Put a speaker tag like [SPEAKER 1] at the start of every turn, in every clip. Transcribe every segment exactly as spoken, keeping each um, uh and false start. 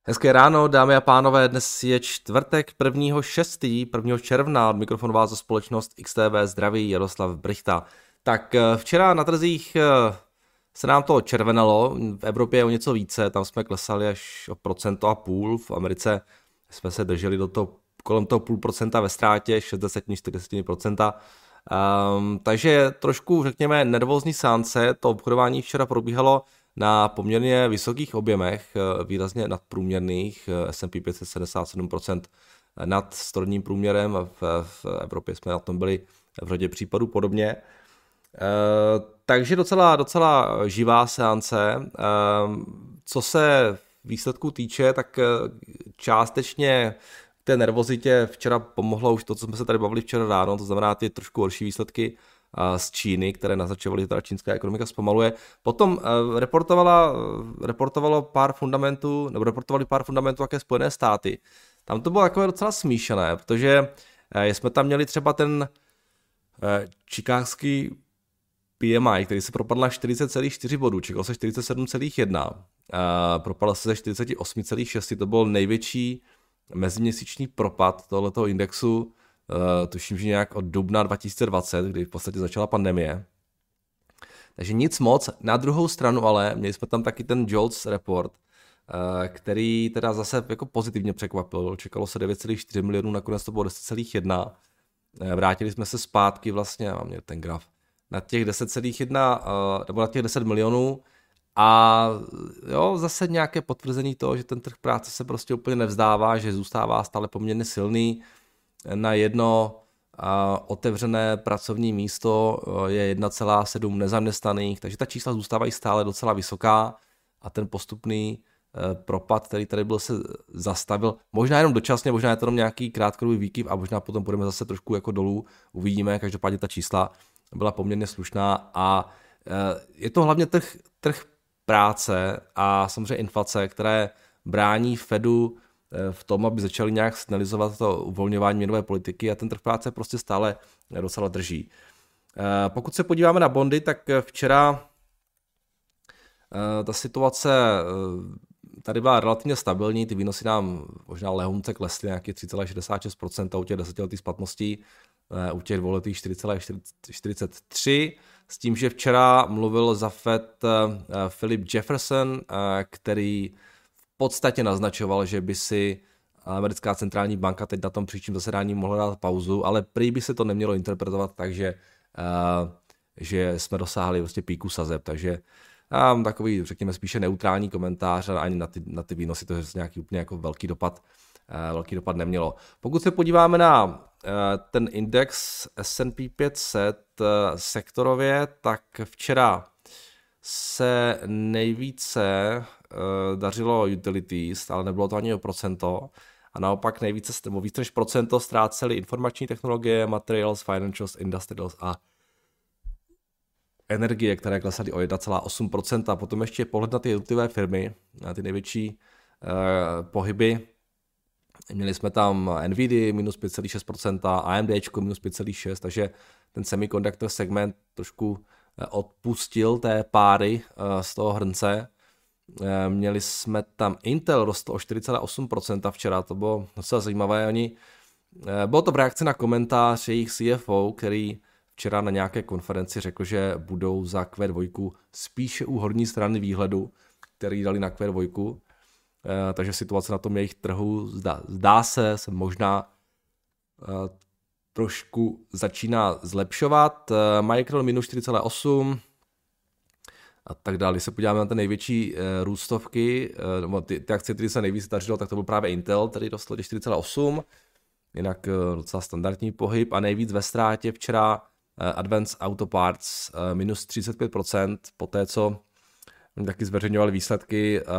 [SPEAKER 1] Hezké ráno, dámy a pánové, dnes je čtvrtek prvního šestého prvního června, od mikrofonu vás za společnost X T V zdraví Jaroslav Brychta. Tak včera na trzích se nám to červenalo, v Evropě je o něco více, tam jsme klesali až o procento a půl, v Americe jsme se drželi do toho, kolem toho půl procenta ve ztrátě, šest desetin, čtyři desetiny procenta. Um, takže trošku, řekněme, nervózní sánce, to obchodování včera probíhalo na poměrně vysokých objemech, výrazně nadprůměrných, S and P pět set sedmdesát sedm procent nad storodním průměrem, v, v Evropě jsme na tom byli v řadě případů podobně. E, takže docela, docela živá seance. E, co se výsledků týče, tak částečně té nervozitě včera pomohlo už to, co jsme se tady bavili včera ráno, to znamená ty trošku horší výsledky z Číny, které naznačovaly, že teda čínská ekonomika zpomaluje. Potom uh, reportovala, uh, reportovalo pár fundamentů, nebo reportovali pár fundamentů také Spojené státy. Tam to bylo takové docela smíšené, protože uh, jsme tam měli třeba ten uh, chicagský P M I, který se propadl na čtyřicet celá čtyři bodů, čekal se čtyřicet sedm celá jedna, uh, propadl se ze čtyřicet osm celá šest, to byl největší meziměsíční propad tohoto indexu. Uh, tuším, že nějak od dubna dva tisíce dvacet, kdy v podstatě začala pandemie. Takže nic moc. Na druhou stranu ale měli jsme tam taky ten Jolts report, uh, který teda zase jako pozitivně překvapil. Čekalo se devět celá čtyři milionů, nakonec to bylo deset celá jedna. Uh, vrátili jsme se zpátky vlastně, mám mě ten graf, na těch deset celá jedna, uh, nebo na těch deset milionů. A jo, zase nějaké potvrzení toho, že ten trh práce se prostě úplně nevzdává, že zůstává stále poměrně silný. Na jedno otevřené pracovní místo je jedna celá sedm nezaměstnaných, takže ta čísla zůstávají stále docela vysoká a ten postupný propad, který tady byl, se zastavil. Možná jenom dočasně, možná je to jenom nějaký krátkodobý výkyv a možná potom půjdeme zase trošku jako dolů, uvidíme, každopádně ta čísla byla poměrně slušná a je to hlavně trh, trh práce a samozřejmě inflace, které brání Fedu v tom, aby začali nějak signalizovat to uvolňování měnové politiky a ten trh práce prostě stále docela drží. Pokud se podíváme na bondy, tak včera ta situace tady byla relativně stabilní, ty výnosy nám možná lehonce klesly nějaké tři celá šedesát šest procenta u těch desetiletých splatností, u těch dvouletých čtyři celá čtyřicet tři, s tím, že včera mluvil za Fed Philip Jefferson, který v podstatě naznačoval, že by si americká centrální banka teď na tom příštím zasedání mohla dát pauzu, ale prý by se to nemělo interpretovat tak, že, uh, že jsme dosáhli vlastně píku sazeb, takže um, takový, řekněme, spíše neutrální komentář a ani na ty, na ty výnosy to je nějaký úplně jako velký dopad, uh, velký dopad nemělo. Pokud se podíváme na uh, ten index S and P pět set uh, sektorově, tak včera se nejvíce uh, dařilo utilities, ale nebylo to ani o procento. A naopak nejvíce, nebo víc než procento ztrácely informační technologie, materials, financials, industrials a energie, které klesaly o jedna celá osm procenta. A potom ještě pohled na ty jednotlivé firmy, na ty největší uh, pohyby. Měli jsme tam Nvidia minus pět celá šest procenta, AMDčko minus pět celá šest procenta, takže ten semiconductor segment trošku odpustil té páry z toho hrnce. Měli jsme tam Intel rostl o čtyři celá osm procenta včera, to bylo docela zajímavé. Oni, bylo to v reakci na komentář jejich C F O, který včera na nějaké konferenci řekl, že budou za Q dva spíše u horní strany výhledu, který dali na Q dva. Takže situace na tom jejich trhu zdá, zdá se, se možná trošku začíná zlepšovat. Micron minus čtyři celá osm a tak dále. Když se podíváme na ty největší e, růstovky, e, ty, ty akcie, které se nejvíc dařilo, tak to byl právě Intel, který rostl čtyři celá osm, jinak e, docela standardní pohyb a nejvíc ve ztrátě včera e, Advanced Auto Parts e, minus třicet pět procent, poté co taky zveřejňovali výsledky. E,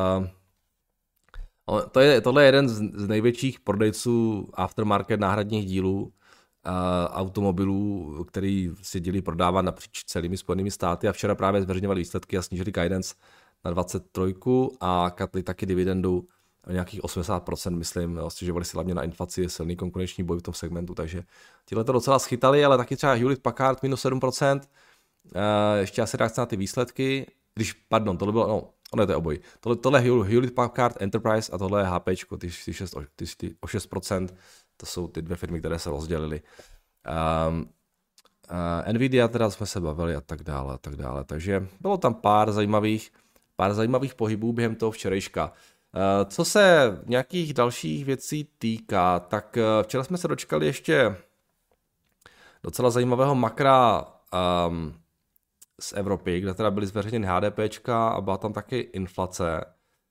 [SPEAKER 1] to je, tohle je jeden z, z největších prodejců aftermarket náhradních dílů automobilů, který si dělí prodávat napříč celými Spojenými státy a včera právě zveřejňovali výsledky a snížili guidance na dvacet tři a katli taky dividendu o nějakých osmdesát procent, myslím, stěžovali si hlavně na inflaci, silný konkurenční boj v tom segmentu, takže tíhle to docela schytali, ale taky třeba Hewlett Packard minus sedm procent, ještě asi reakce na ty výsledky, když, pardon, tohle bylo, no, ono to je obojí. Tohle, tohle je Hewlett Packard Enterprise a tohle je HPčko, ty, ty, šest, ty, ty o šest procent, to jsou ty dvě firmy, které se rozdělily. Um, uh, Nvidia teda jsme se bavili a tak dále a tak dále, takže bylo tam pár zajímavých, pár zajímavých pohybů během toho včerejška. Uh, co se nějakých dalších věcí týká, tak uh, včera jsme se dočkali ještě docela zajímavého makra um, z Evropy, kde teda byly zveřejněny HDPčka a byla tam taky inflace.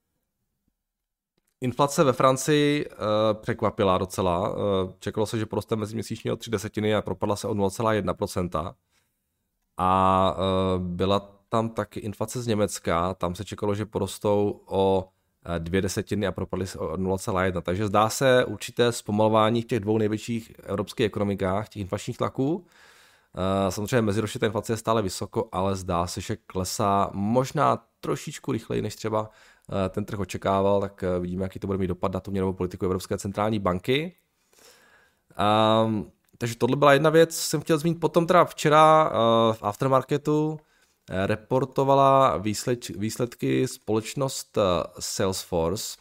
[SPEAKER 1] Inflace ve Francii uh, překvapila docela. Uh, čekalo se, že poroste meziměsíčně o tři desetiny a propadla se o nula celá jedna procenta. A uh, byla tam taky inflace z Německa, tam se čekalo, že porostou o dvě desetiny a propadly se o nula celá jedna. Takže zdá se určité zpomalování v těch dvou největších evropských ekonomikách, těch inflačních tlaků. Samozřejmě meziročně ta inflace je stále vysoko, ale zdá se, že klesá možná trošičku rychleji, než třeba ten trh očekával, tak vidíme, jaký to bude mít dopad na tu měnovou politiku Evropské centrální banky. Um, takže tohle byla jedna věc, jsem chtěl zmínit. Potom teda včera uh, v aftermarketu reportovala výsled, výsledky společnost Salesforce.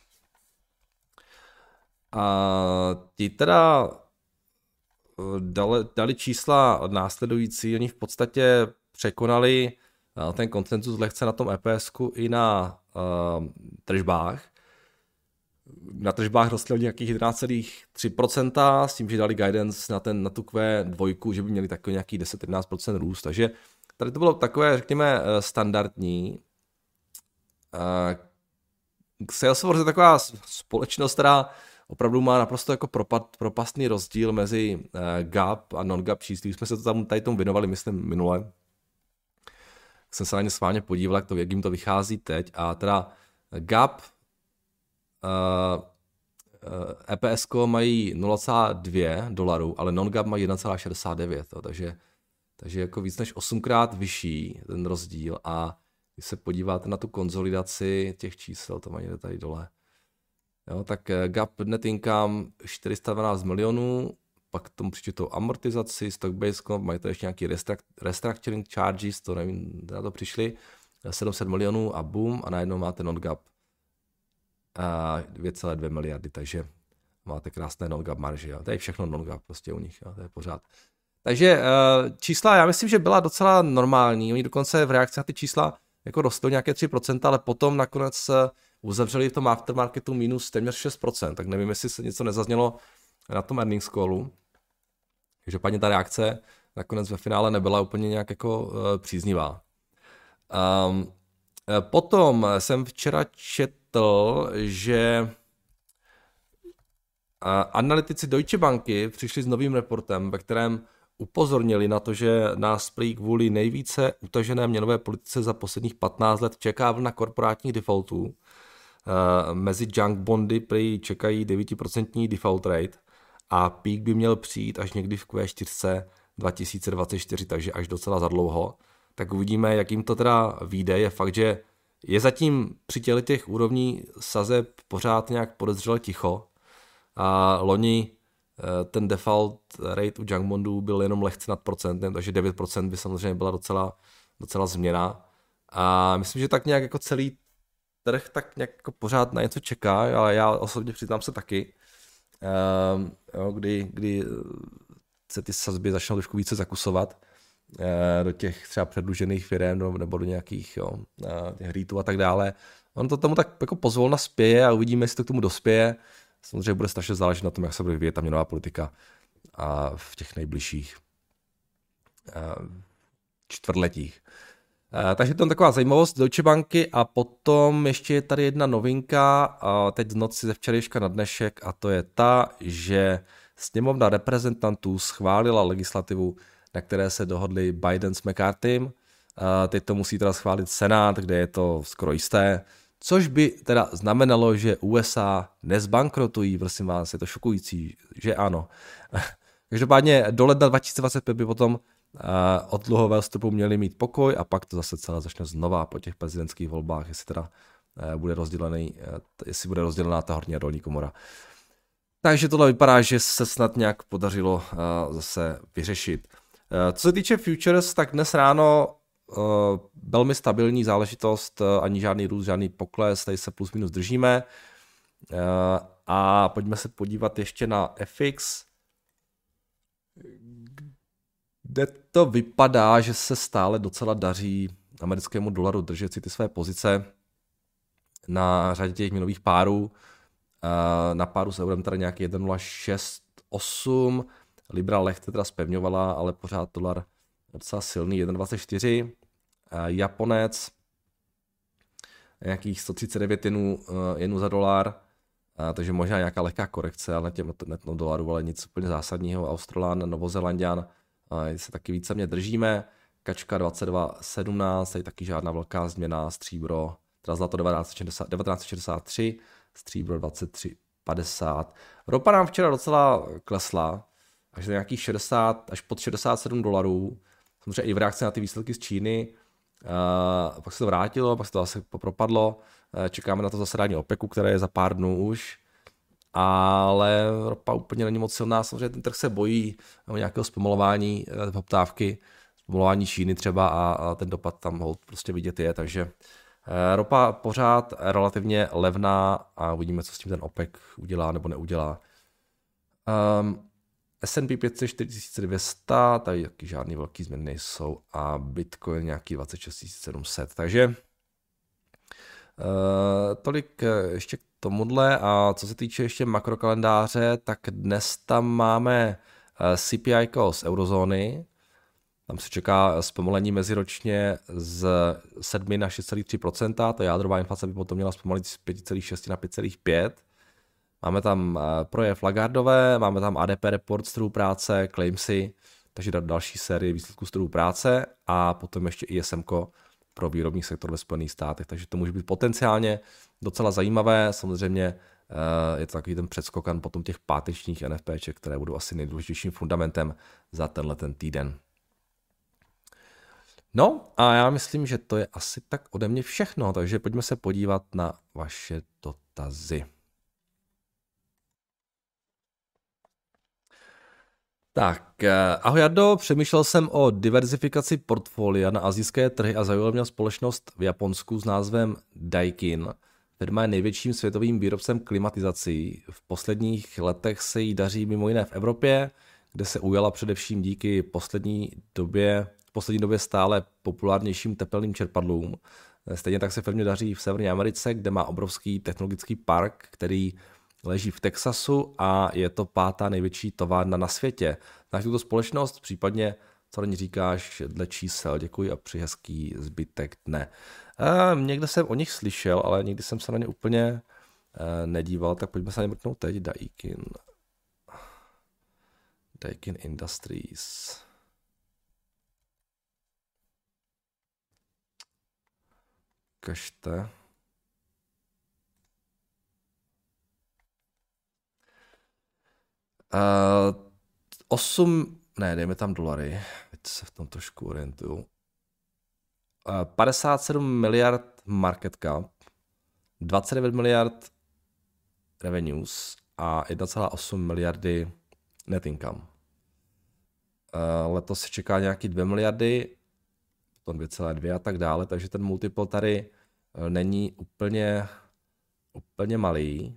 [SPEAKER 1] A ti teda dali, dali čísla následující, oni v podstatě překonali ten konsenzus lehce na tom E P S ku i na uh, tržbách. Na tržbách rostly nějakých jedenáct celá tři procenta s tím, že dali guidance na, ten, na tu Q dva, že by měli takový nějaký deset až jedenáct procent růst, takže tady to bylo takové, řekněme, standardní. Salesforce je taková společnost, která opravdu má naprosto jako propad, propastný rozdíl mezi gap a non-gap čísly. Jsme se to tam tady tomu věnovali, myslím, minule. Jsem se na ně schválně podíval, jak, to, jak jim to vychází teď. A teda gap uh, E P S ko mají nula celá dva dolarů, ale non-gap mají jedna celá šedesát devět, to, takže Takže jako víc než osmkrát vyšší ten rozdíl a když se podíváte na tu konzolidaci těch čísel, to mají tady dole, jo, tak gap net income čtyři sta dvanáct milionů, pak tomu přičtou amortizaci, stock-based comp, mají to ještě nějaký restructuring charges, to nevím, na to přišli, sedm set milionů a boom, a najednou máte non-gap dvě celé dvě miliardy, takže máte krásné non-gap marži, jo. To je všechno non-gap prostě u nich, jo, to je pořád. Takže čísla, já myslím, že byla docela normální, oni dokonce v reakci na ty čísla jako rostly nějaké tři procenta, ale potom nakonec uzavřeli v tom aftermarketu minus téměř šest procent, tak nevím, jestli se něco nezaznělo na tom earnings callu. Takže padně ta reakce nakonec ve finále nebyla úplně nějak jako uh, příznivá. Um, potom jsem včera četl, že uh, analytici Deutsche Banky přišli s novým reportem, ve kterém upozornili na to, že nás prý kvůli nejvíce utažené měnové politice za posledních patnáct let čeká vlna korporátních defaultů. Uh, mezi junk bondy prý čekají devět procent default rate a peak by měl přijít až někdy v Q čtyři dva tisíce dvacet čtyři, takže až docela za dlouho. Tak uvidíme, jak jim to teda vyjde. Je fakt, že je zatím při těle těch úrovní sazeb pořád nějak podezřele ticho. A loni ten default rate u junk bondů byl jenom lehce nad procentem, takže devět procent by samozřejmě byla docela, docela změna. A myslím, že tak nějak jako celý trh tak nějak jako pořád na něco čeká, ale já osobně přiznám se taky, um, jo, kdy, kdy se ty sazby začnou trošku více zakusovat uh, do těch třeba předlužených firem no, nebo do nějakých jo, uh, těch rýtů a tak dále. On to tomu tak jako pozvolna spěje a uvidíme, jestli to k tomu dospěje. Samozřejmě bude strašně záležet na tom, jak se bude vyvíjet ta měnová politika a v těch nejbližších uh, čtvrtletích. Uh, takže to je taková zajímavost Deutsche Banky a potom ještě je tady jedna novinka, uh, teď z noci ze včerejška na dnešek a to je ta, že sněmovna reprezentantů schválila legislativu, na které se dohodli Biden s McCarthym. Uh, teď to musí teda schválit Senát, kde je to skoro jisté, což by teda znamenalo, že U S A nezbankrotují, prosím vás, je to šokující, že ano. Každopádně do ledna dva tisíce dvacet pět by potom od dluhového vstupu měli mít pokoj a pak to zase celé začne znova po těch prezidentských volbách, jestli teda bude rozdělený, jestli bude rozdělená ta horní a dolní komora. Takže tohle vypadá, že se snad nějak podařilo zase vyřešit. Co se týče futures, tak dnes ráno velmi stabilní záležitost, ani žádný růst, žádný pokles, tady se plus minus držíme. A pojďme se podívat ještě na F X, kde to vypadá, že se stále docela daří americkému dolaru držet si ty své pozice na řadě těch měnových párů. Na páru s eurem teda nějaký jedna nula šest osm, Libra lehce teda zpevňovala, ale pořád dolar docela silný, jedna dvacet čtyři. Japonec nějakých sto třicet devět jenů, jenů za dolar, takže možná nějaká lehká korekce, ale na těm netno dolaru, ale nic úplně zásadního. Australan, Novozélanďan, se taky víceméně držíme. Kačka dvacet dva sedmnáct, tady taky žádná velká změna, stříbro, teda zlato devatenáct šedesát tři, stříbro dvacet tři padesát. Ropa nám včera docela klesla, až na nějakých šedesát, až pod šedesát sedm dolarů. Samozřejmě i v reakci na ty výsledky z Číny. Uh, pak se to vrátilo, pak se to asi propadlo. Uh, čekáme na to zasedání OPECu, které je za pár dnů už. Ale ropa úplně není moc silná. Samozřejmě ten trh se bojí nějakého zpomalování uh, poptávky, zpomalování Číny třeba a, a ten dopad tam hold prostě vidět je. Takže uh, ropa pořád relativně levná a uvidíme, co s tím ten OPEC udělá nebo neudělá. Um, S and P pět set čtyři tisíce dvě stě, tady taky žádný velký změny nejsou a Bitcoin nějaký dvacet šest tisíc sedm set. Takže uh, tolik ještě k tomuhle. A co se týče ještě makrokalendáře, tak dnes tam máme C P I z eurozóny. Tam se čeká zpomalení meziročně z sedm na šest celá tři procenta. Ta jádrová inflace by potom měla zpomalit z pět celá šest na pět celá pět. Máme tam projev Lagardové, máme tam A D P report z trhu práce, claimsy, takže další série výsledků z trhu práce a potom ještě I S M pro výrobní sektor ve Spojených státech, takže to může být potenciálně docela zajímavé. Samozřejmě je to takový ten předskokan potom těch pátečních N F P ček, které budou asi nejdůležitějším fundamentem za tenhle ten týden. No a já myslím, že to je asi tak ode mě všechno, takže pojďme se podívat na vaše dotazy. Tak, ahoj Jardo, přemýšlel jsem o diverzifikaci portfolia na asijské trhy a zaujala mě společnost v Japonsku s názvem Daikin. Firma je největším světovým výrobcem klimatizací. V posledních letech se jí daří mimo jiné v Evropě, kde se ujala především díky poslední době, v poslední době stále populárnějším tepelným čerpadlům. Stejně tak se firmě daří v Severní Americe, kde má obrovský technologický park, který leží v Texasu a je to pátá největší továrna na světě. Znáš tuto společnost? Případně, co na ní říkáš dle čísel? Děkuji a přeji hezký zbytek dne. E, někde jsem o nich slyšel, ale nikdy jsem se na ně úplně e, nedíval, tak pojďme se na ně mrknout teď. Daikin. Daikin Industries. Kažte. Uh, osm, ne, dejme tam dolary, teď se v tom trošku orientuju. Uh, padesát sedm miliard market cap, dvacet devět miliard revenues a jedna celá osm miliardy net income. Uh, letos se čeká nějaký dvě miliardy, potom dvě celá dvě a tak dále, takže ten multiple tady není úplně, úplně malý.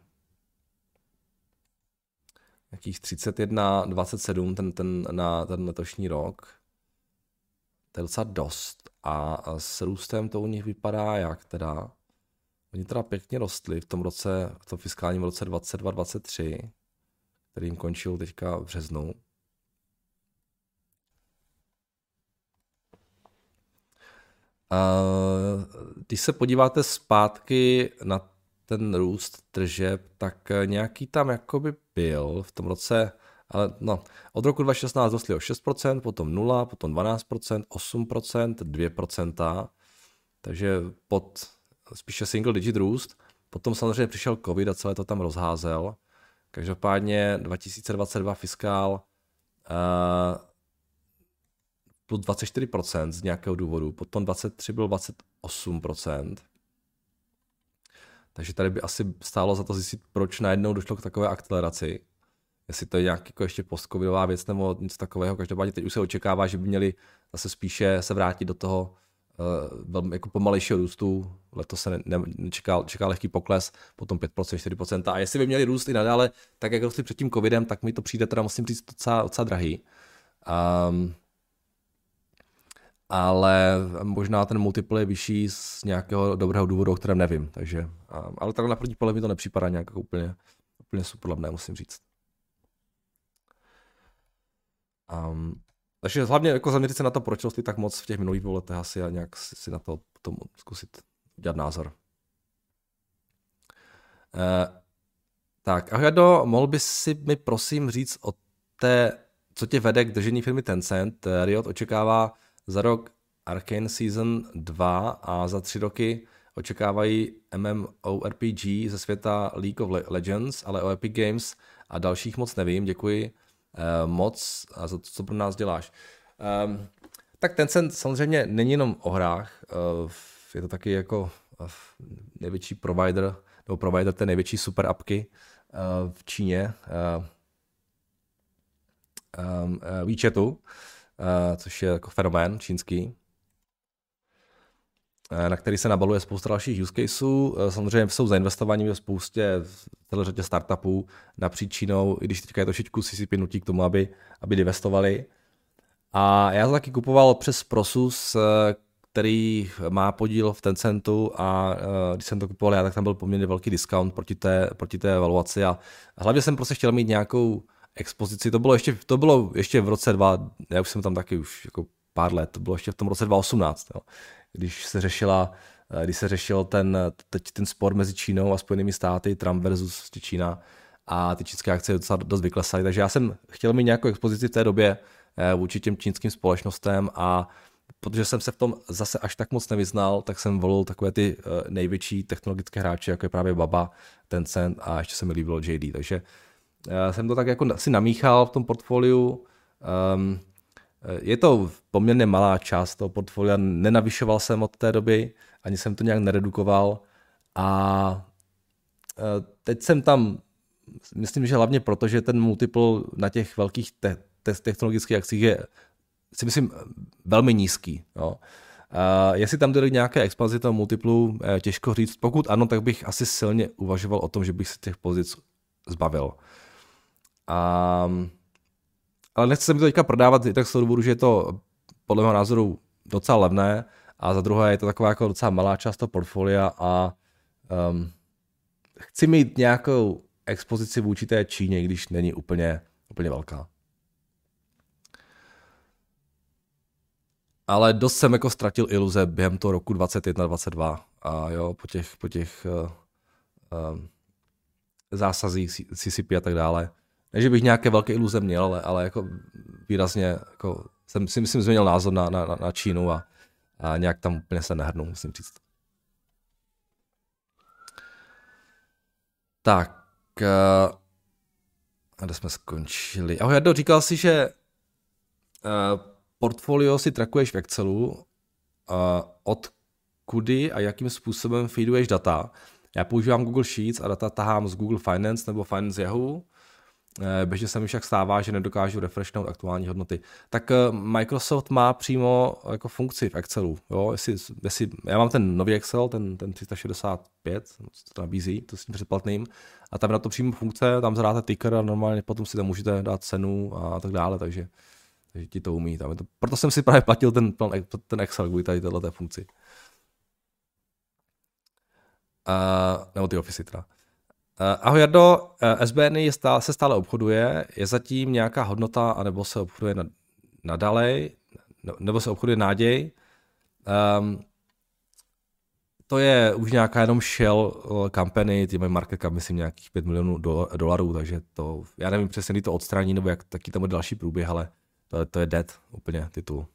[SPEAKER 1] Nějakých třicet jedna dvacet sedm ten, ten, na ten letošní rok. To je docela dost. A s růstem to u nich vypadá jak teda. Oni teda pěkně rostli v tom roce, v tom fiskálním roce dvacet dva dvacet tři, který jim končil teďka v březnu. Když se podíváte zpátky na ten růst tržeb, tak nějaký tam jakoby byl v tom roce, ale no, od roku dva tisíce šestnáct rostly o šest procent, potom nula, potom dvanáct procent, osm procent, dvě procenta, takže pod spíše single digit růst. Potom samozřejmě přišel covid a celé to tam rozházel. Každopádně dva tisíce dvacet dva fiskál uh, plus dvacet čtyři procent z nějakého důvodu, potom dvacet tři byl dvacet osm procent. Takže tady by asi stálo za to zjistit, proč najednou došlo k takové akceleraci. Jestli to je nějak jako ještě postcovidová věc nebo něco takového. Každopádně teď už se očekává, že by měli zase spíše se vrátit do toho velmi jako pomalejšího růstu, letos se ne, ne, nečeká, čeká lehký pokles, potom pět procent, čtyři procenta a jestli by měli růst i nadále, tak jak rostli před tím covidem, tak mi to přijde teda musím říct docela, docela drahý. Um, ale možná ten multiple je vyšší z nějakého dobrého důvodu, o kterém nevím, takže, um, ale tak na první pohled mi to nepřipadá nějak jako úplně, úplně super levné, musím říct. Um, takže hlavně jako zaměřit se na to, proč rostly tak moc v těch minulých dvou letech asi a nějak si na to potom zkusit udělat názor. Uh, tak, Ahojado, mohl bys si mi prosím říct o té, co tě vede k držení firmy Tencent? Riot očekává za rok Arcane Season dva a za tři roky očekávají MMORPG ze světa League of Legends, ale o Epic Games a dalších moc nevím, děkuji uh, moc a za to, co pro nás děláš. Um, tak Tencent samozřejmě není jenom o hrách, uh, je to taky jako uh, největší provider, nebo provider té největší super appky uh, v Číně, uh, um, uh, WeChatu, uh, což je jako fenomén čínský, na který se nabaluje spousta dalších use caseů. Samozřejmě jsou zainvestovaní ve spoustě celé řadě startupů napříč Čínou, i když teďka je trošičku C C P nutí k tomu, aby, aby investovali. A já to taky kupoval přes Prosus, který má podíl v Tencentu a když jsem to kupoval já, tak tam byl poměrně velký discount proti té, proti té evaluaci a hlavně jsem prostě chtěl mít nějakou expozici. To bylo ještě, to bylo ještě v roce dva, já už jsem tam taky už jako pár let, to bylo ještě v tom roce dva tisíce osmnáct, jo. Když se řešila, když se řešil ten, teď ten spor mezi Čínou a Spojenými státy, Trump versus Čína a ty čínské akcie docela dost vyklesaly, takže já jsem chtěl mít nějakou expozici v té době vůči těm čínským společnostem a protože jsem se v tom zase až tak moc nevyznal, tak jsem volil takové ty největší technologické hráče, jako je právě Baba, Tencent a ještě se mi líbilo J D, takže jsem to tak jako si namíchal v tom portfoliu. Um, Je to poměrně malá část toho portfolia, nenavyšoval jsem od té doby, ani jsem to nějak neredukoval a teď jsem tam, myslím, že hlavně proto, že ten multiple na těch velkých te- te- technologických akcích je, si myslím, velmi nízký. Jo. A jestli tam dojde k nějaké expanzi toho multiplu, těžko říct. Pokud ano, tak bych asi silně uvažoval o tom, že bych se těch pozic zbavil. A ale nechci se mi to teďka prodávat i tak z toho důvodu, že je to podle mého názoru docela levné a za druhé je to taková jako docela malá část toho portfolia a um, chci mít nějakou expozici vůči té Číně, když není úplně, úplně velká. Ale dost jsem jako ztratil iluze během toho roku dvacet jedna dvacet dva a jo, po těch, po těch uh, um, zásazích C C P a tak dále. Ne, že bych nějaké velké iluze měl, ale, ale jako výrazně jako jsem si myslím změnil názor na, na, na Čínu a, a nějak tam úplně se nehrnu, musím říct. Tak, uh, a kde jsme skončili? Ahoj, Jardo, říkal jsi, že uh, portfolio si trackuješ v Excelu, uh, od kudy a jakým způsobem feeduješ data. Já používám Google Sheets a data tahám z Google Finance nebo Finance Yahoo. Běžně se mi však stává, že nedokážu refreshnout aktuální hodnoty. Tak Microsoft má přímo jako funkci v Excelu. Jo? Jestli, jestli, já mám ten nový Excel, ten, ten tři sta šedesát pět, co to nabízí, to s tím předplatným, a tam na to přímo funkce, tam zadáte ticker a normálně potom si tam můžete dát cenu a tak dále, takže, takže ti to umí. Tam to, proto jsem si právě platil ten, ten Excel kvůli tady této funkci. Uh, nebo ty Office teda. Ahoj Jardo, S B N I je stále, se stále obchoduje, je zatím nějaká hodnota, anebo se obchoduje nadalej, nebo se obchoduje náděj. Um, to je už nějaká jenom shell company, ty mají market cap, myslím, nějakých pět milionů dolarů, takže to, já nevím přesně, kdy to odstraní, nebo jak taky tam bude další průběh, ale to, to je dead úplně titul.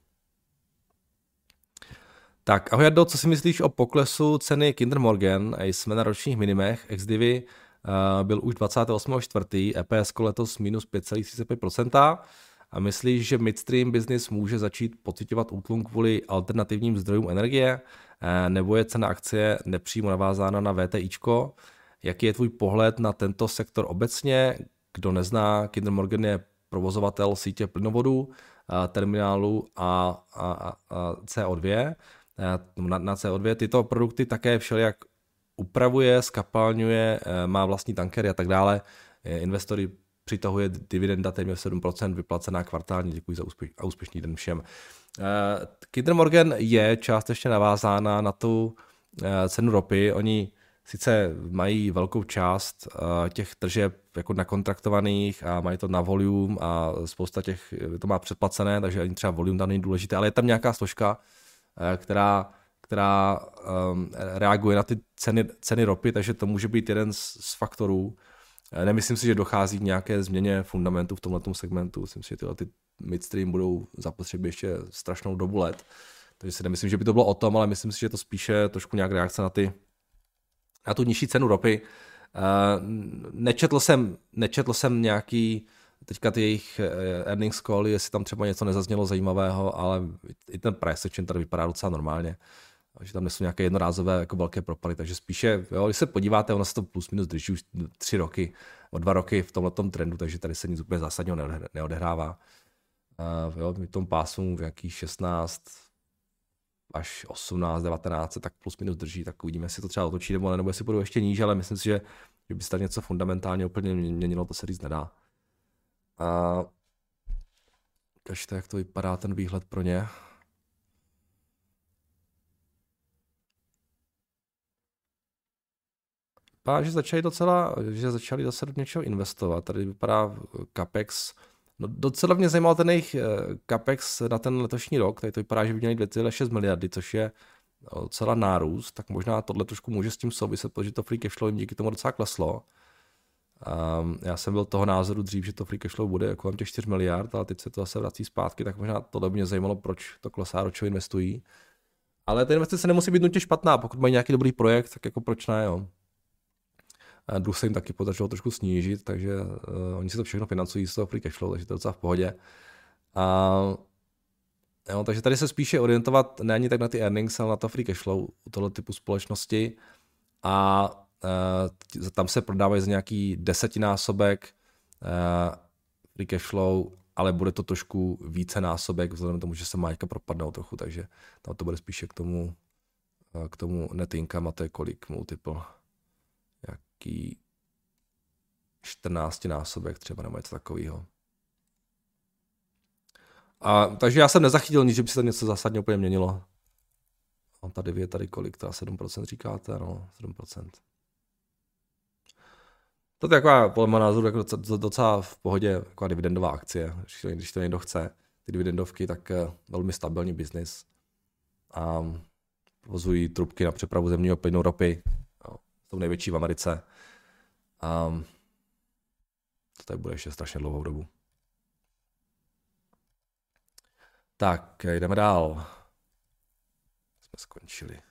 [SPEAKER 1] Tak, ahoj Jardo, co si myslíš o poklesu ceny Kinder Morgan? Jsme na ročních minimech, ex-divy uh, byl už dvacátého osmého čtvrtého E P S letos minus pět celá třicet pět procenta a myslíš, že midstream business může začít pociťovat útlum kvůli alternativním zdrojům energie, uh, nebo je cena akcie nepřímo navázána na VTIčko? Jaký je tvůj pohled na tento sektor obecně? Kdo nezná, Kinder Morgan je provozovatel sítě plynovodů, uh, terminálu a, a, a C O dva. na, na C O dva. Tyto produkty také všelijak upravuje, skapalňuje, má vlastní tankery a tak dále. Investory přitahuje dividenda téměř sedm procent vyplacená kvartálně. Děkuji za úspěš, a úspěšný den všem. Kinder Morgan je částečně navázána na tu cenu ropy. Oni sice mají velkou část těch tržeb jako nakontraktovaných a mají to na volume a spousta těch to má předplacené, takže ani třeba volume tam není důležité, ale je tam nějaká složka, která, která um, reaguje na ty ceny, ceny ropy, takže to může být jeden z, z faktorů. Nemyslím si, že dochází k nějaké změně fundamentů v tomto segmentu. Myslím si, že tyhle ty midstream budou zapotřebí ještě strašnou dobu let. Takže si nemyslím, že by to bylo o tom, ale myslím si, že to spíše trošku nějak reakce na ty na tu nižší cenu ropy. Uh, nečetl jsem, nečetl jsem nějaký teďka ty jejich earnings call, jestli tam třeba něco nezaznělo zajímavého, ale i ten price action tady vypadá docela normálně. Že tam nejsou nějaké jednorázové jako velké propady, takže spíše, jo, když se podíváte, ono se to plus minus drží už tři roky, o dva roky v tomhletom trendu, takže tady se nic úplně zásadního neodehrává. Uh, jo, v tom pásu v jakých šestnáct až osmnáct, devatenáct tak plus minus drží, tak uvidíme, jestli to třeba otočí nebo ne, nebo jestli budou ještě níž, ale myslím si, že, že by se tady něco fundamentálně úplně měnilo, to se říct nedá. A ukažte, jak to vypadá ten výhled pro ně. Vypadá, že začali docela, že začali zase do něčeho investovat. Tady vypadá Capex. No docela mě zajímal ten jejich Capex na ten letošní rok. Tady to vypadá, že by měli dvě celé šest miliardy, což je docela nárůst. Tak možná tohle trošku může s tím souviset, protože to free cash flow jim díky tomu docela kleslo. Um, já jsem byl toho názoru dřív, že to free cash flow bude kolem těch čtyři miliard, ale teď se to zase vrací zpátky, tak možná tohle by mě zajímalo, proč to klesá, do čeho investují. Ale ta investice nemusí být nutně špatná, pokud mají nějaký dobrý projekt, tak jako proč ne, jo. Dluh se jim taky podařilo trošku snížit, takže uh, oni si to všechno financují z toho free cash flow, takže to je docela v pohodě. A, jo, takže tady se spíše orientovat ne ani tak na ty earnings, ale na to free cash flow u tohle typu společnosti. A uh, tam se prodávají za nějaký desetinásobek uh, free cash flow, ale bude to trošku více násobek, vzhledem k tomu, že se má jaka propadnout trochu, takže tam to bude spíše k tomu, uh, k tomu net income, a to je kolik multiple. Jaký čtrnáctinásobek třeba nebo něco takového. A takže já jsem nezachytil nic, že by se to něco zásadně úplně měnilo. A tady je tady kolik, to sedm procent říkáte, no, sedm procent. To je taková, podle mého názoru, jako docela v pohodě jako dividendová akcie, když to někdo chce. Ty dividendovky, tak velmi stabilní biznis. A provozují trubky na přepravu zemního plynu, ropy. Jsou největší v Americe. A to tady bude ještě strašně dlouhou dobu. Tak, jdeme dál. Jsme skončili.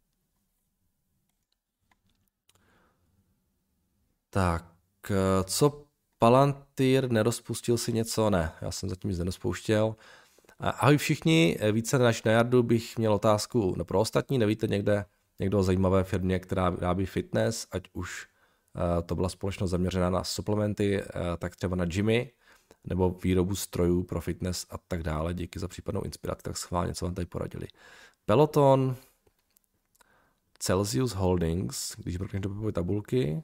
[SPEAKER 1] Tak, co Palantir, nerozpustil si něco? Ne, já jsem zatím nic nerozpouštěl. Ahoj všichni, více než na Jardu bych měl otázku no pro ostatní. Nevíte někde někdo o zajímavé firmě, která vyrábí fitness, ať už uh, to byla společnost zaměřená na suplementy, uh, tak třeba na gymy, nebo výrobu strojů pro fitness a tak dále. Díky za případnou inspiraci, tak schválně, co vám tady poradili. Peloton, Celsius Holdings, když mrkneš do webové tabulky,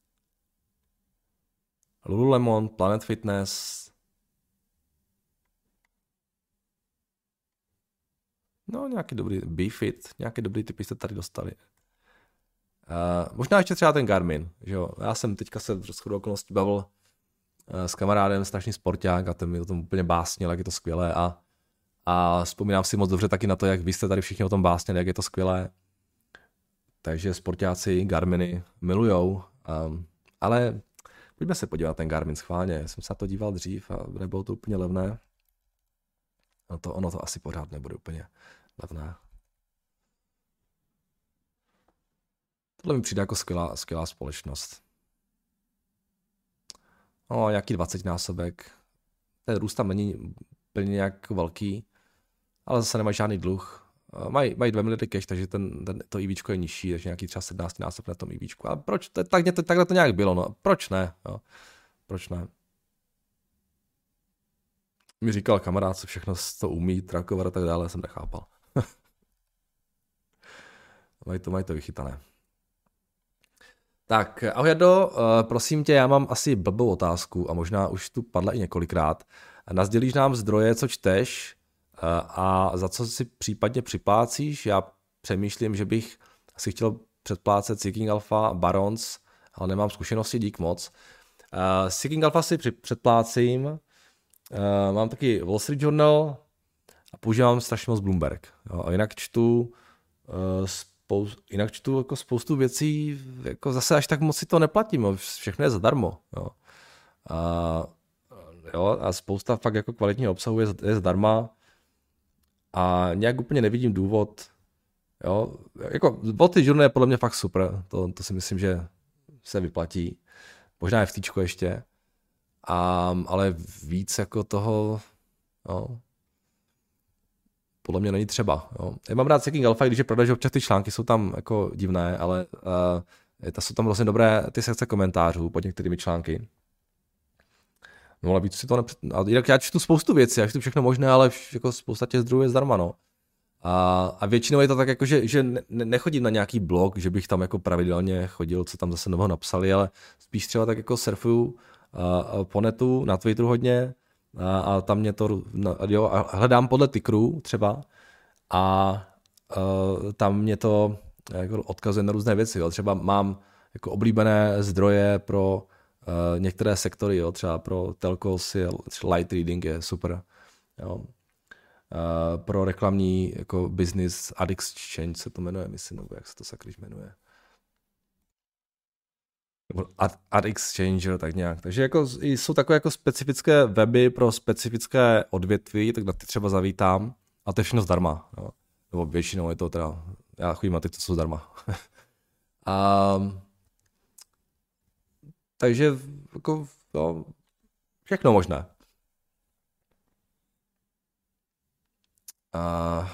[SPEAKER 1] Lululemon, Planet Fitness, no nějaký dobrý, BeFit, nějaké dobrý typy jste tady dostali. Uh, možná ještě třeba ten Garmin, že jo. Já jsem teďka se v shodou okolností bavil uh, s kamarádem, strašný sporták a ten mi o tom úplně básnil, jak je to skvělé a, a vzpomínám si moc dobře taky na to, jak vy jste tady všichni o tom básnili, jak je to skvělé. Takže sportáci Garminy milujou, um, ale pojďme se podívat ten Garmin schválně. Já jsem se na to díval dřív a nebylo to úplně levné. No to, ono to asi pořád nebude úplně levné. Tohle mi přijde jako skvělá, skvělá společnost. No, nějaký dvacetinásobek. Ten růst tam není úplně nějak velký, ale zase nemají žádný dluh. Mají, mají dvě miliardy cash, takže ten, ten, to IVčko je nižší, takže nějaký třeba sedmnáctinásobek na tom IVčku. Ale proč? To, tak, to, takhle to nějak bylo, no. Proč ne? Jo. Proč ne? Mi říkal kamarád, co všechno to umí, trackovat a tak dále, jsem nechápal. Mají to, mají to vychytané. Tak, ahoj Jardo, prosím tě, já mám asi blbou otázku a možná už tu padla i několikrát. Nasdělíš nám zdroje, co čteš a za co si případně připlácíš? Já přemýšlím, že bych si chtěl předplácet Seeking Alpha, Barons, ale nemám zkušenosti, dík moc. Uh, Seeking Alpha si předplácím, uh, mám taky Wall Street Journal a používám strašně moc Bloomberg. Jo, a jinak čtu, uh, spou- jinak čtu jako spoustu věcí, jako zase až tak moc si to neplatím, jo, všechno je zadarmo. Jo. A, jo, a spousta fakt jako kvalitního obsahu je, je zdarma a nějak úplně nevidím důvod. Jo, jako Wall Street Journal je podle mě fakt super, to, to si myslím, že se vyplatí. Možná FTčko ještě, a, ale víc jako toho, no, podle mě není třeba. Jo. Já mám rád Seeking Alpha, když je pravda, že občas ty články jsou tam jako divné, ale uh, to jsou tam vlastně dobré ty sekce komentářů pod některými články. No ale víc si to nepřed... A jinak já čtu spoustu věcí, já čtu všechno možné, ale jako spousta těch zdrojů je zdarma, no. A, a většinou je to tak jako, že, že ne, nechodím na nějaký blog, že bych tam jako pravidelně chodil, co tam zase nového napsali, ale spíš třeba tak jako surfuju uh, po netu, na Twitteru hodně a, a tam mě to, no, jo, a hledám podle tickerů třeba a uh, tam mě to jako odkazuje na různé věci, jo. Třeba mám jako oblíbené zdroje pro uh, některé sektory, jo, třeba pro telcos, light reading je super, jo. Uh, pro reklamní jako business Ad Exchange se to jmenuje, myslím, nebo jak se to sakryš jmenuje. Ad, Ad Exchanger, tak nějak. Takže jako jsou takové jako specifické weby pro specifické odvětví, tak na ty třeba zavítám a to je všechno zdarma. Jo. Nebo většinou je to teda, já chodím na ty, co jsou zdarma. a, takže jako, jo, všechno možné. Uh,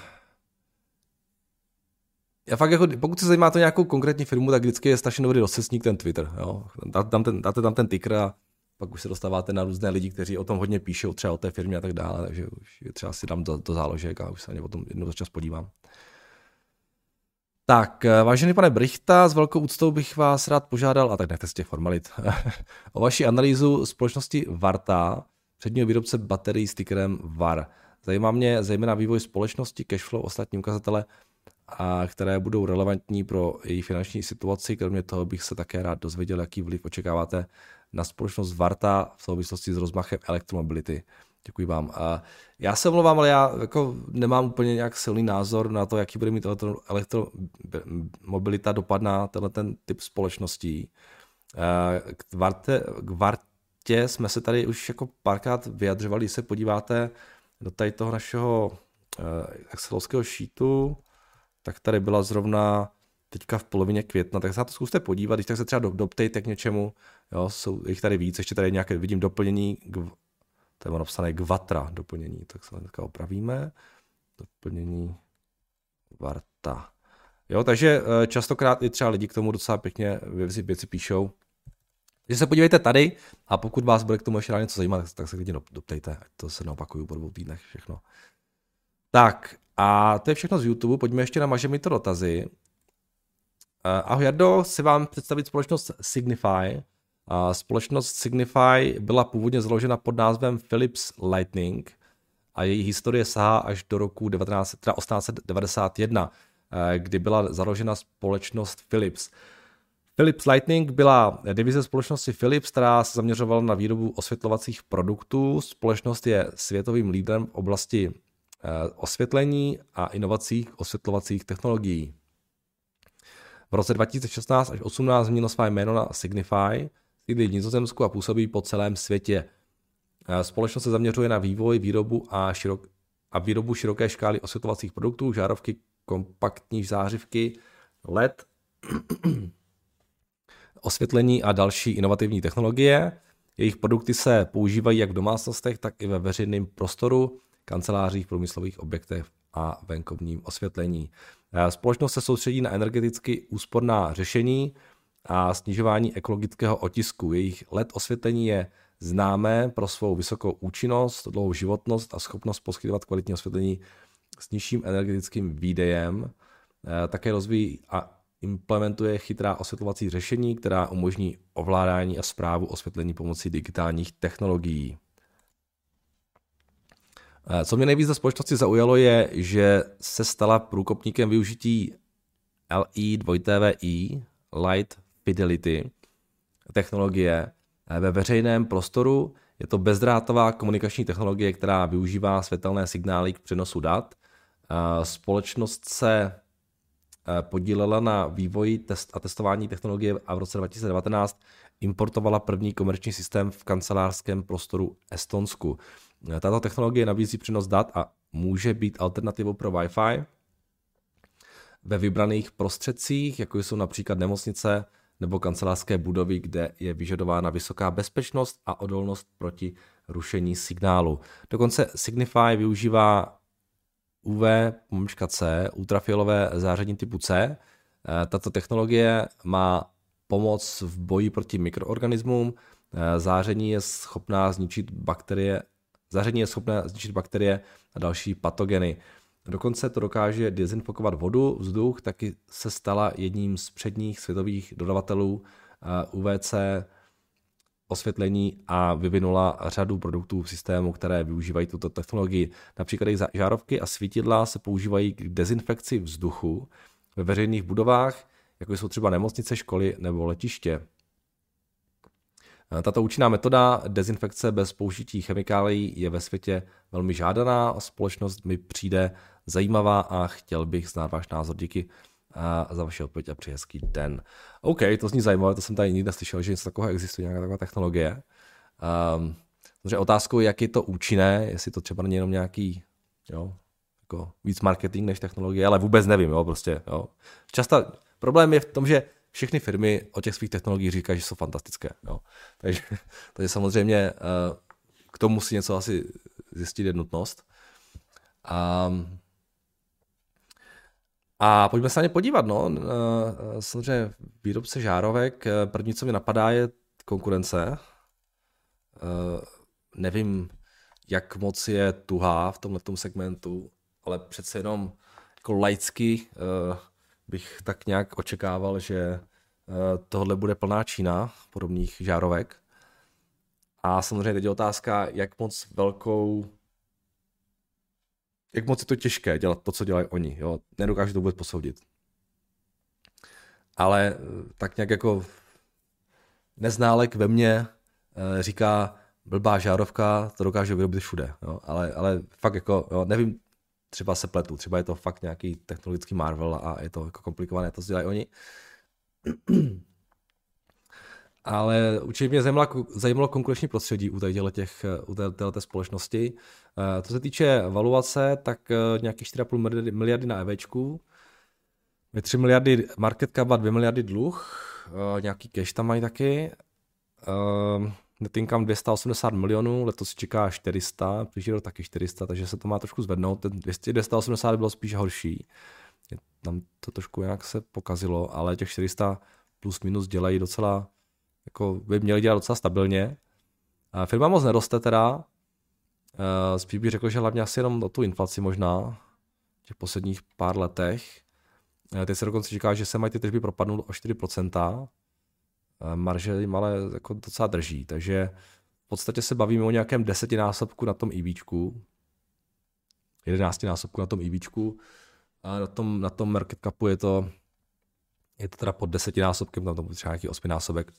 [SPEAKER 1] já fakt jako, pokud se zajímá to nějakou konkrétní firmu, tak vždycky je strašně dobrý rozcestník ten Twitter. Jo. Dáte, tam ten, dáte tam ten ticker a pak už se dostáváte na různé lidi, kteří o tom hodně píšou, třeba o té firmě a tak dále, takže už třeba si dám do, do záložek a už se na ně potom jednou za čas podívám. Tak, vážený pane Brichta, s velkou úctou bych vás rád požádal, a tak nechte z těch formalit, o vaši analýzu společnosti Varta, předního výrobce baterií s tickerem V A R. Zajímá mě zejména vývoj společnosti, cashflow, ostatní ukazatele, a které budou relevantní pro její finanční situaci. Kromě toho bych se také rád dozvěděl, jaký vliv očekáváte na společnost Varta v souvislosti s rozmachem elektromobility. Děkuji vám. A já se omlouvám, ale já jako nemám úplně nějak silný názor na to, jaký bude mít elektromobilita dopad na tenhle ten typ společností. K Vartě, k Vartě jsme se tady už jako párkrát vyjadřovali, když se podíváte do tady toho našeho uh, excelovského sheetu, tak tady byla zrovna teďka v polovině května, tak se na to zkuste podívat, když tak se třeba doptejte k něčemu, jo, jsou jich tady víc, ještě tady nějaké, vidím doplnění, k, to je napsané Gvatra doplnění, tak se teďka opravíme, doplnění Varta. Jo, takže uh, častokrát i třeba lidi k tomu docela pěkně věci, věci píšou. Takže se podívejte tady a pokud vás bude k tomu ještě něco zajímat, tak, tak se klidně doptejte, ať to se neopakuju po dvou týdnech všechno. Tak a to je všechno z YouTube, pojďme ještě na Maže mi to dotazy. Uh, ahoj Jardo, chci vám představit společnost Signify. Uh, společnost Signify byla původně založena pod názvem Philips Lighting a její historie sahá až do roku osmnáct set devadesát jedna, uh, kdy byla založena společnost Philips. Philips Lighting byla divize společnosti Philips, která se zaměřovala na výrobu osvětlovacích produktů. Společnost je světovým lídrem v oblasti osvětlení a inovacích osvětlovacích technologií. V roce dva tisíce šestnáct až osmnáct změnilo své jméno na Signify, sídlí v Nizozemsku a působí po celém světě. Společnost se zaměřuje na vývoj, výrobu a, širok, a výrobu široké škály osvětlovacích produktů, žárovky, kompaktní zářivky, L E D, osvětlení a další inovativní technologie. Jejich produkty se používají jak v domácnostech, tak i ve veřejném prostoru, kancelářích, průmyslových objektech a venkovním osvětlení. Společnost se soustředí na energeticky úsporná řešení a snižování ekologického otisku. Jejich L E D osvětlení je známé pro svou vysokou účinnost, dlouhou životnost a schopnost poskytovat kvalitní osvětlení s nižším energetickým výdejem. Také rozvíjí a implementuje chytrá osvětlovací řešení, která umožní ovládání a správu osvětlení pomocí digitálních technologií. Co mě nejvíc do společnosti zaujalo je, že se stala průkopníkem využití L E dva T V I, Light Fidelity, technologie ve veřejném prostoru. Je to bezdrátová komunikační technologie, která využívá světelné signály k přenosu dat. Společnost se podílela na vývoji test a testování technologie a v roce dva tisíce devatenáct importovala první komerční systém v kancelářském prostoru Estonsku. Tato technologie nabízí přenos dat a může být alternativou pro Wi-Fi ve vybraných prostředcích, jako jsou například nemocnice nebo kancelářské budovy, kde je vyžadována vysoká bezpečnost a odolnost proti rušení signálu. Dokonce Signify využívá U V C, ultrafialové záření typu C. Tato technologie má pomoc v boji proti mikroorganismům. Záření je schopná zničit bakterie, záření je schopné zničit bakterie a další patogeny. Dokonce to dokáže dezinfikovat vodu, vzduch, taky se stala jedním z předních světových dodavatelů U V C osvětlení a vyvinula řadu produktů v systému, které využívají tuto technologii. Například jejich žárovky a svítidla se používají k dezinfekci vzduchu ve veřejných budovách, jako jsou třeba nemocnice, školy nebo letiště. Tato účinná metoda dezinfekce bez použití chemikálií je ve světě velmi žádaná a společnost mi přijde zajímavá a chtěl bych znát váš názor. Díky za vaši odpověď a přeji hezký den. OK, to zní zajímavé, to jsem tady nikdy neslyšel, že něco takového existuje, nějaká taková technologie. Um, takže otázkou je, jak je to účinné, jestli to třeba není jenom nějaký, jo, jako víc marketing než technologie, ale vůbec nevím, jo, prostě, jo. Často problém je v tom, že všechny firmy o těch svých technologiích říkají, že jsou fantastické, jo. Takže, takže samozřejmě uh, k tomu musí něco asi zjistit je nutnost. Um, A pojďme se na ně podívat, no. Samozřejmě výrobce žárovek, první, co mi napadá, je konkurence. Nevím, jak moc je tuhá v tomhletom segmentu, ale přece jenom jako laicky bych tak nějak očekával, že tohle bude plná Čína podobných žárovek. A samozřejmě teď je otázka, jak moc velkou jak moc je to těžké dělat to, co dělají oni. Jo? Nedokážu to vůbec posoudit. Ale tak nějak jako neználek ve mně říká, blbá žárovka, to dokáže vyrobit všude. Jo? Ale, ale fakt jako, jo, nevím, třeba se pletu, třeba je to fakt nějaký technologický Marvel a je to jako komplikované, to dělají oni. Ale určitě mě zajímalo, zajímalo konkurenční prostředí u těch, u této společnosti. Co se týče valuace, tak nějaký čtyři a půl miliardy na EVčku, tři miliardy market cap a dvě miliardy dluh, nějaký cash tam mají taky. Net income dvě stě osmdesát milionů, letos čeká čtyři sta, příští rok taky čtyři sta, takže se to má trošku zvednout. Ten dvě stě, dvě stě osmdesát bylo spíš horší. Tam to trošku nějak se pokazilo, ale těch čtyři sta plus minus dělají docela, jako by měli dělat docela stabilně. Firma moc neroste teda, spíš bych řekl, že hlavně asi jenom o tu inflaci možná v těch posledních pár letech. Teď se dokonce říká, že se mají ty tržby propadnout o čtyři procenta, marže jim ale jako docela drží, takže v podstatě se bavíme o nějakém desetinásobku na tom EVčku, jedenáctinásobku na tom EVčku, a na tom, na tom market capu je to, je to teda pod desetinásobkem, tam to bude třeba nějaký osminásobek.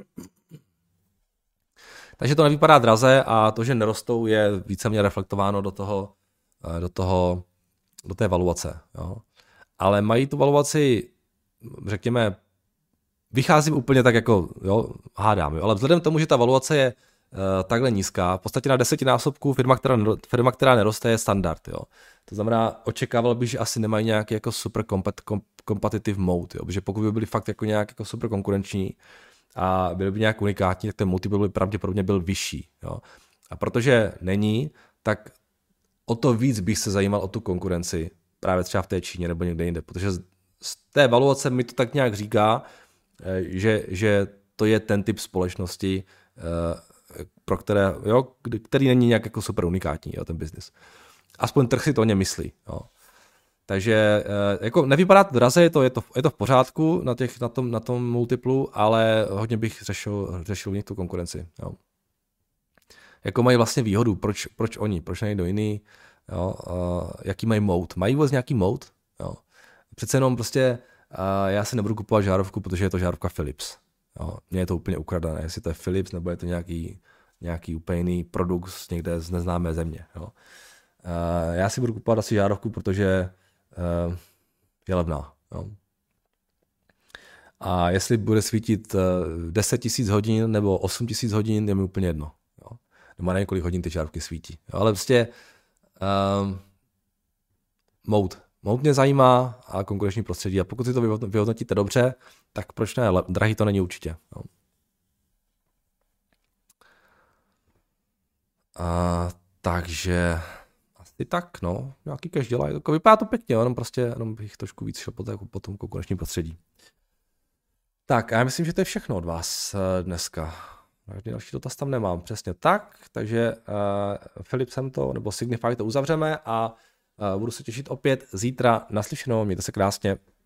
[SPEAKER 1] Takže to nevypadá draze a to, že nerostou, je víceméně reflektováno do toho, do toho, do té valuace. Jo. Ale mají tu valuaci, řekněme, vycházím úplně tak jako, jo, hádám, jo, ale vzhledem k tomu, že ta valuace je uh, takhle nízká, v podstatě na desetinásobku firma, která, firma, která neroste, je standard. Jo. To znamená, očekával bych, že asi nemají nějaký jako super kompet, kom, competitive mode, jo, protože pokud by byli fakt jako nějak jako super konkurenční a byli by nějak unikátní, tak ten multiple by pravděpodobně byl vyšší. Jo. A protože není, tak o to víc bych se zajímal o tu konkurenci, právě třeba v té Číně nebo někde jinde, protože z té valuace mi to tak nějak říká, že, že to je ten typ společnosti, pro které, jo, který není nějak jako super unikátní, jo, ten biznis. Aspoň trh si to o něm myslí. Jo. Takže jako nevypadá to draze, je to, je to, je to v pořádku na, těch, na, tom, na tom multiplu, ale hodně bych řešil, řešil u nich tu konkurenci. Jo. Jako mají vlastně výhodu, proč, proč oni, proč nejde jiný, jo, uh, jaký mají mode. Mají vůbec nějaký mode? Jo. Přece jenom prostě uh, já si nebudu kupovat žárovku, protože je to žárovka Philips. Jo. Mně je to úplně ukradené, jestli to je Philips, nebo je to nějaký, nějaký úplně jiný produkt někde z neznámé země. Jo. Uh, já si budu kupovat asi žárovku, protože uh, je levná. Jo. A jestli bude svítit uh, deset tisíc hodin nebo osm tisíc hodin, je mi úplně jedno. Jo. Nebo nevím, kolik hodin ty žárovky svítí. Jo. Ale prostě um, mode. Mode mě zajímá a konkurenční prostředí. A pokud si to vyhodnotíte dobře, tak proč ne? Drahý to není určitě. Jo. A, takže asi tak, no. Nějaký cash dělají. Jako vypadá to pěkně, jenom prostě jenom bych trošku víc šel po, té, po tom konkurenčním prostředí. Tak a já myslím, že to je všechno od vás dneska. Další dotaz tam nemám, přesně tak. Takže uh, Philipsem to, nebo Signify to uzavřeme a uh, budu se těšit opět zítra naslyšenou. Mějte se krásně.